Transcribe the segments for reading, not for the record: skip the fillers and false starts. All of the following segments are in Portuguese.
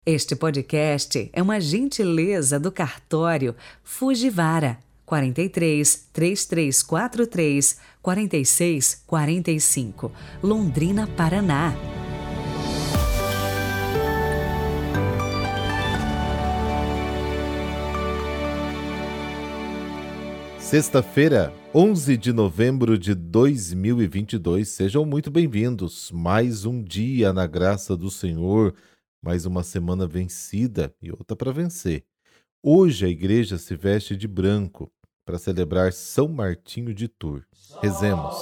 Este podcast é uma gentileza do cartório Fujivara 43 3343 46 45, Londrina, Paraná. Sexta-feira, 11 de novembro de 2022. Sejam muito bem-vindos. Mais um dia na graça do Senhor, mais uma semana vencida e outra para vencer. Hoje a igreja se veste de branco para celebrar São Martinho de Tours. Rezemos.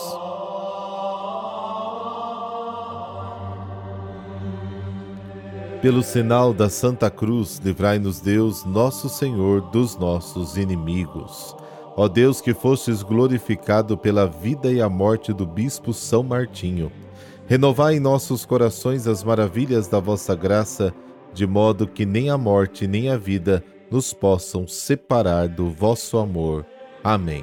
Pelo sinal da Santa Cruz, livrai-nos Deus, nosso Senhor, dos nossos inimigos. Ó Deus, que fostes glorificado pela vida e a morte do bispo São Martinho, renovai em nossos corações as maravilhas da vossa graça, de modo que nem a morte nem a vida nos possam separar do vosso amor. Amém.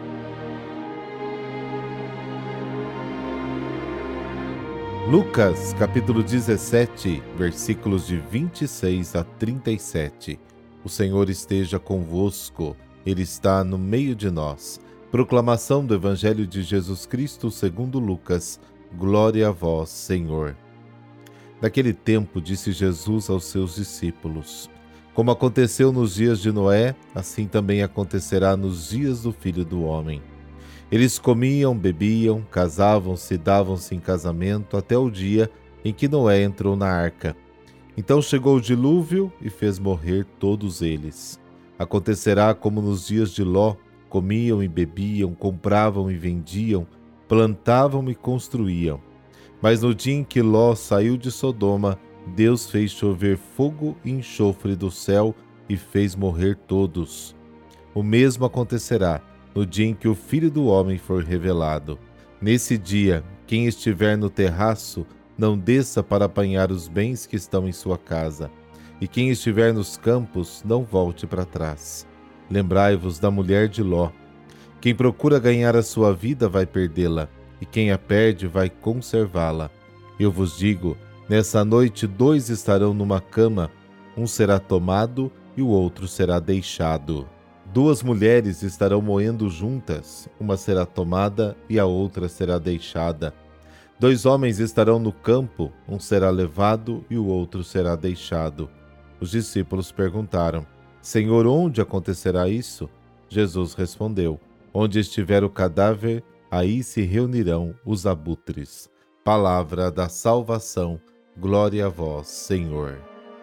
Lucas, capítulo 17, versículos de 26 a 37. O Senhor esteja convosco. Ele está no meio de nós. Proclamação do Evangelho de Jesus Cristo segundo Lucas. Glória a vós, Senhor. Naquele tempo disse Jesus aos seus discípulos: como aconteceu nos dias de Noé, assim também acontecerá nos dias do Filho do Homem. Eles comiam, bebiam, casavam-se e davam-se em casamento até o dia em que Noé entrou na arca. Então chegou o dilúvio e fez morrer todos eles. Acontecerá como nos dias de Ló: comiam e bebiam, compravam e vendiam, plantavam e construíam. Mas no dia em que Ló saiu de Sodoma, Deus fez chover fogo e enxofre do céu e fez morrer todos. O mesmo acontecerá no dia em que o Filho do Homem for revelado. Nesse dia, quem estiver no terraço, não desça para apanhar os bens que estão em sua casa. E quem estiver nos campos, não volte para trás. Lembrai-vos da mulher de Ló. Quem procura ganhar a sua vida vai perdê-la, e quem a perde vai conservá-la. Eu vos digo, nessa noite 2 estarão numa cama, um será tomado e o outro será deixado. 2 mulheres estarão moendo juntas, uma será tomada e a outra será deixada. 2 homens estarão no campo, um será levado e o outro será deixado. Os discípulos perguntaram: Senhor, onde acontecerá isso? Jesus respondeu: onde estiver o cadáver, aí se reunirão os abutres. Palavra da salvação. Glória a vós, Senhor.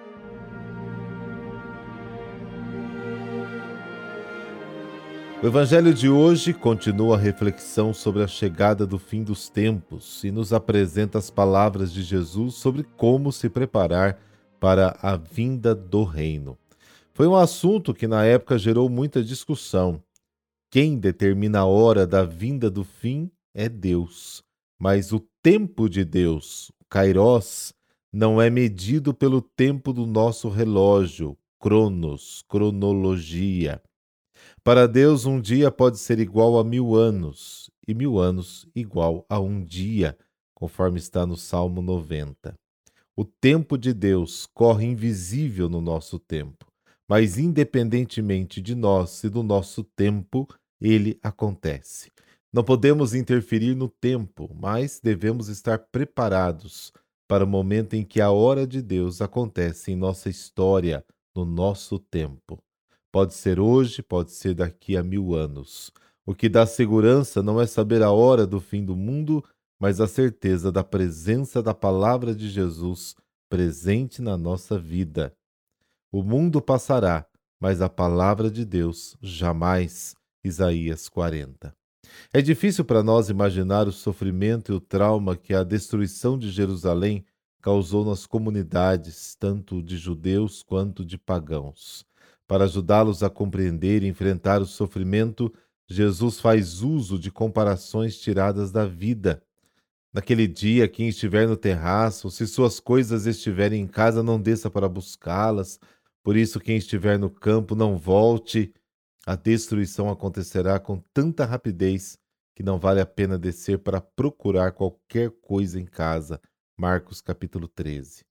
O Evangelho de hoje continua a reflexão sobre a chegada do fim dos tempos e nos apresenta as palavras de Jesus sobre como se preparar para a vinda do reino. Foi um assunto que na época gerou muita discussão. Quem determina a hora da vinda do fim é Deus, mas o tempo de Deus, o Kairos, não é medido pelo tempo do nosso relógio, cronos, cronologia. Para Deus, um dia pode ser igual a 1000 anos, e 1000 anos igual a um dia, conforme está no Salmo 90. O tempo de Deus corre invisível no nosso tempo, mas independentemente de nós e do nosso tempo, ele acontece. Não podemos interferir no tempo, mas devemos estar preparados para o momento em que a hora de Deus acontece em nossa história, no nosso tempo. Pode ser hoje, pode ser daqui a 1000 anos. O que dá segurança não é saber a hora do fim do mundo, mas a certeza da presença da palavra de Jesus presente na nossa vida. O mundo passará, mas a palavra de Deus jamais. Isaías 40. É difícil para nós imaginar o sofrimento e o trauma que a destruição de Jerusalém causou nas comunidades, tanto de judeus quanto de pagãos. Para ajudá-los a compreender e enfrentar o sofrimento, Jesus faz uso de comparações tiradas da vida. Naquele dia, quem estiver no terraço, se suas coisas estiverem em casa, não desça para buscá-las. Por isso, quem estiver no campo, não volte. A destruição acontecerá com tanta rapidez que não vale a pena descer para procurar qualquer coisa em casa. Marcos capítulo 13.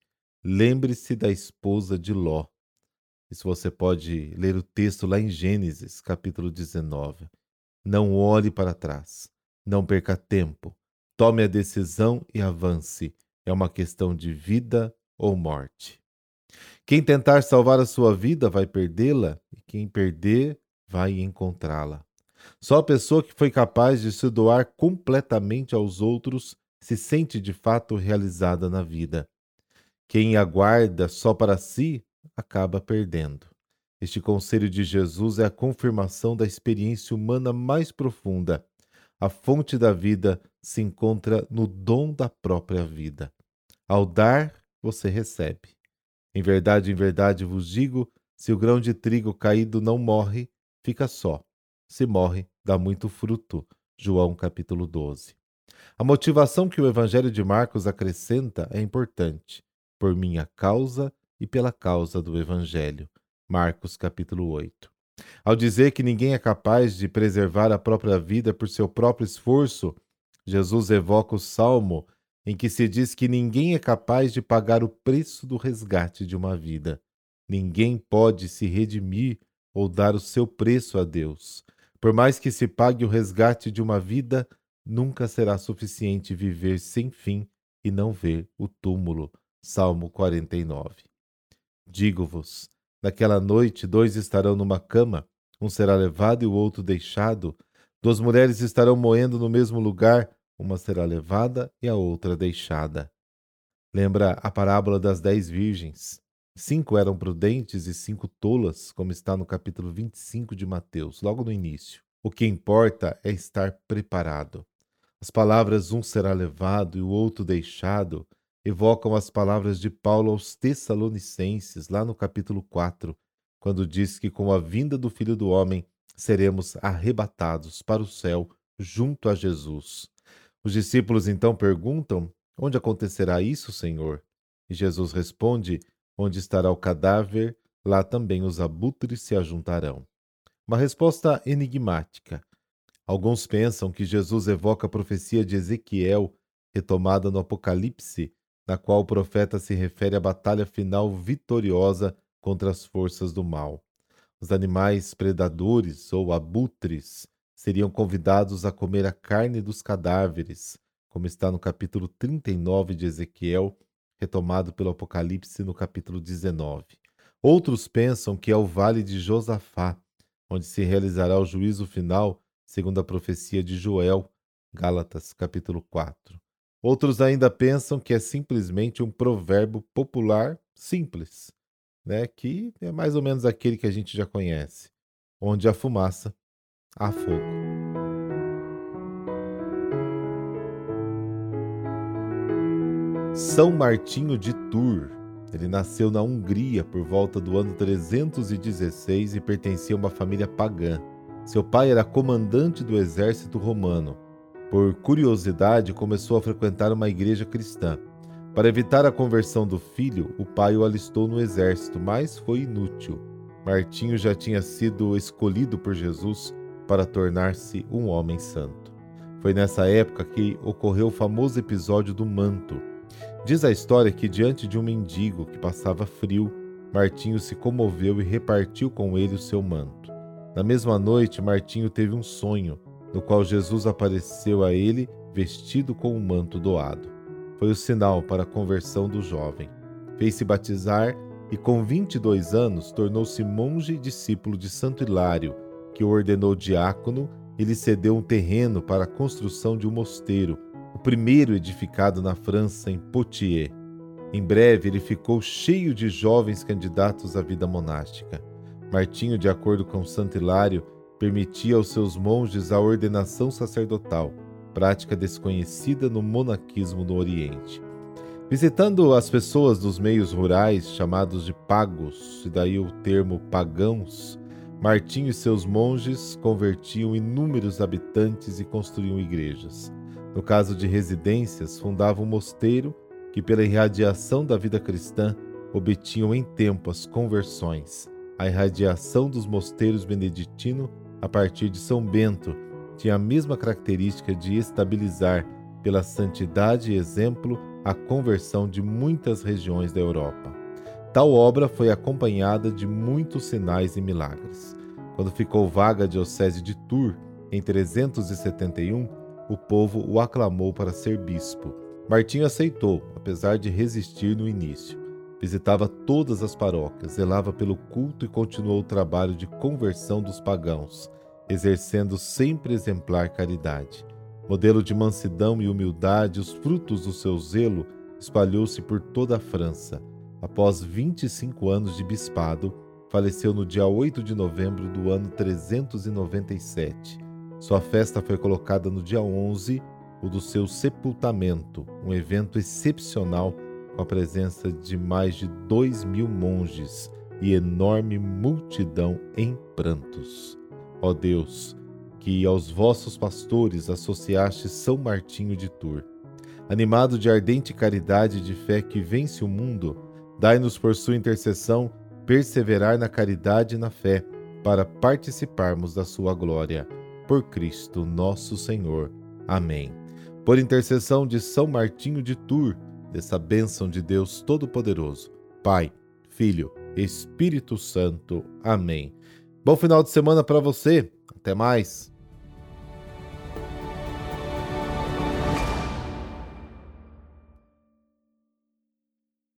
lembre-se da esposa de Ló. Isso você pode ler o texto lá em Gênesis, capítulo 19. Não olhe para trás, não perca tempo, tome a decisão e avance. É uma questão de vida ou morte. Quem tentar salvar a sua vida vai perdê-la, e quem perder vai encontrá-la. Só a pessoa que foi capaz de se doar completamente aos outros se sente de fato realizada na vida. Quem aguarda só para si acaba perdendo. Este conselho de Jesus é a confirmação da experiência humana mais profunda. A fonte da vida se encontra no dom da própria vida. Ao dar, você recebe. Em verdade vos digo, se o grão de trigo caído não morre, fica só. Se morre, dá muito fruto. João capítulo 12. A motivação que o Evangelho de Marcos acrescenta é importante. Por minha causa e pela causa do Evangelho. Marcos capítulo 8. Ao dizer que ninguém é capaz de preservar a própria vida por seu próprio esforço, Jesus evoca o Salmo em que se diz que ninguém é capaz de pagar o preço do resgate de uma vida. Ninguém pode se redimir ou dar o seu preço a Deus. Por mais que se pague o resgate de uma vida, nunca será suficiente viver sem fim e não ver o túmulo. Salmo 49. Digo-vos, naquela noite 2 estarão numa cama, um será levado e o outro deixado. 2 mulheres estarão moendo no mesmo lugar, uma será levada e a outra deixada. Lembra a parábola das 10 virgens? 5 eram prudentes e 5 tolas, como está no capítulo 25 de Mateus, logo no início. O que importa é estar preparado. As palavras um será levado e o outro deixado evocam as palavras de Paulo aos Tessalonicenses, lá no capítulo 4, quando diz que com a vinda do Filho do Homem seremos arrebatados para o céu junto a Jesus. Os discípulos então perguntam: onde acontecerá isso, Senhor? E Jesus responde: onde estará o cadáver, lá também os abutres se ajuntarão. Uma resposta enigmática. Alguns pensam que Jesus evoca a profecia de Ezequiel, retomada no Apocalipse, na qual o profeta se refere à batalha final vitoriosa contra as forças do mal. Os animais predadores ou abutres seriam convidados a comer a carne dos cadáveres, como está no capítulo 39 de Ezequiel, retomado pelo Apocalipse no capítulo 19. Outros pensam que é o Vale de Josafá, onde se realizará o juízo final, segundo a profecia de Joel, Gálatas, capítulo 4. Outros ainda pensam que é simplesmente um provérbio popular simples, que é mais ou menos aquele que a gente já conhece. Onde há fumaça, há fogo. São Martinho de Tours. Ele nasceu na Hungria por volta do ano 316 e pertencia a uma família pagã. Seu pai era comandante do exército romano. Por curiosidade, começou a frequentar uma igreja cristã. Para evitar a conversão do filho, o pai o alistou no exército, mas foi inútil. Martinho já tinha sido escolhido por Jesus para tornar-se um homem santo. Foi nessa época que ocorreu o famoso episódio do manto. Diz a história que, diante de um mendigo que passava frio, Martinho se comoveu e repartiu com ele o seu manto. Na mesma noite, Martinho teve um sonho, no qual Jesus apareceu a ele vestido com um manto doado. Foi o sinal para a conversão do jovem. Fez-se batizar e, com 22 anos, tornou-se monge e discípulo de Santo Hilário, que o ordenou diácono e lhe cedeu um terreno para a construção de um mosteiro, o primeiro edificado na França, em Poitiers. Em breve, ele ficou cheio de jovens candidatos à vida monástica. Martinho, de acordo com Santo Hilário, permitia aos seus monges a ordenação sacerdotal, prática desconhecida no monaquismo no Oriente. Visitando as pessoas dos meios rurais, chamados de pagos, e daí o termo pagãos, Martinho e seus monges convertiam inúmeros habitantes e construíam igrejas. No caso de residências, fundavam um mosteiro que, pela irradiação da vida cristã, obtinham em tempo as conversões. A irradiação dos mosteiros beneditinos, a partir de São Bento, tinha a mesma característica de estabilizar, pela santidade e exemplo, a conversão de muitas regiões da Europa. Tal obra foi acompanhada de muitos sinais e milagres. Quando ficou vaga a diocese de Tours, em 371, o povo o aclamou para ser bispo. Martinho aceitou, apesar de resistir no início. Visitava todas as paróquias, zelava pelo culto e continuou o trabalho de conversão dos pagãos, exercendo sempre exemplar caridade. Modelo de mansidão e humildade, os frutos do seu zelo espalhou-se por toda a França. Após 25 anos de bispado, faleceu no dia 8 de novembro do ano 397. Sua festa foi colocada no dia 11, o do seu sepultamento, um evento excepcional com a presença de mais de 2.000 monges e enorme multidão em prantos. Ó Deus, que aos vossos pastores associaste São Martinho de Tours. Animado de ardente caridade e de fé que vence o mundo, dai-nos por sua intercessão perseverar na caridade e na fé, para participarmos da sua glória. Por Cristo nosso Senhor. Amém. Por intercessão de São Martinho de Tours, dessa bênção de Deus Todo-Poderoso, Pai, Filho, Espírito Santo. Amém. Bom final de semana para você. Até mais.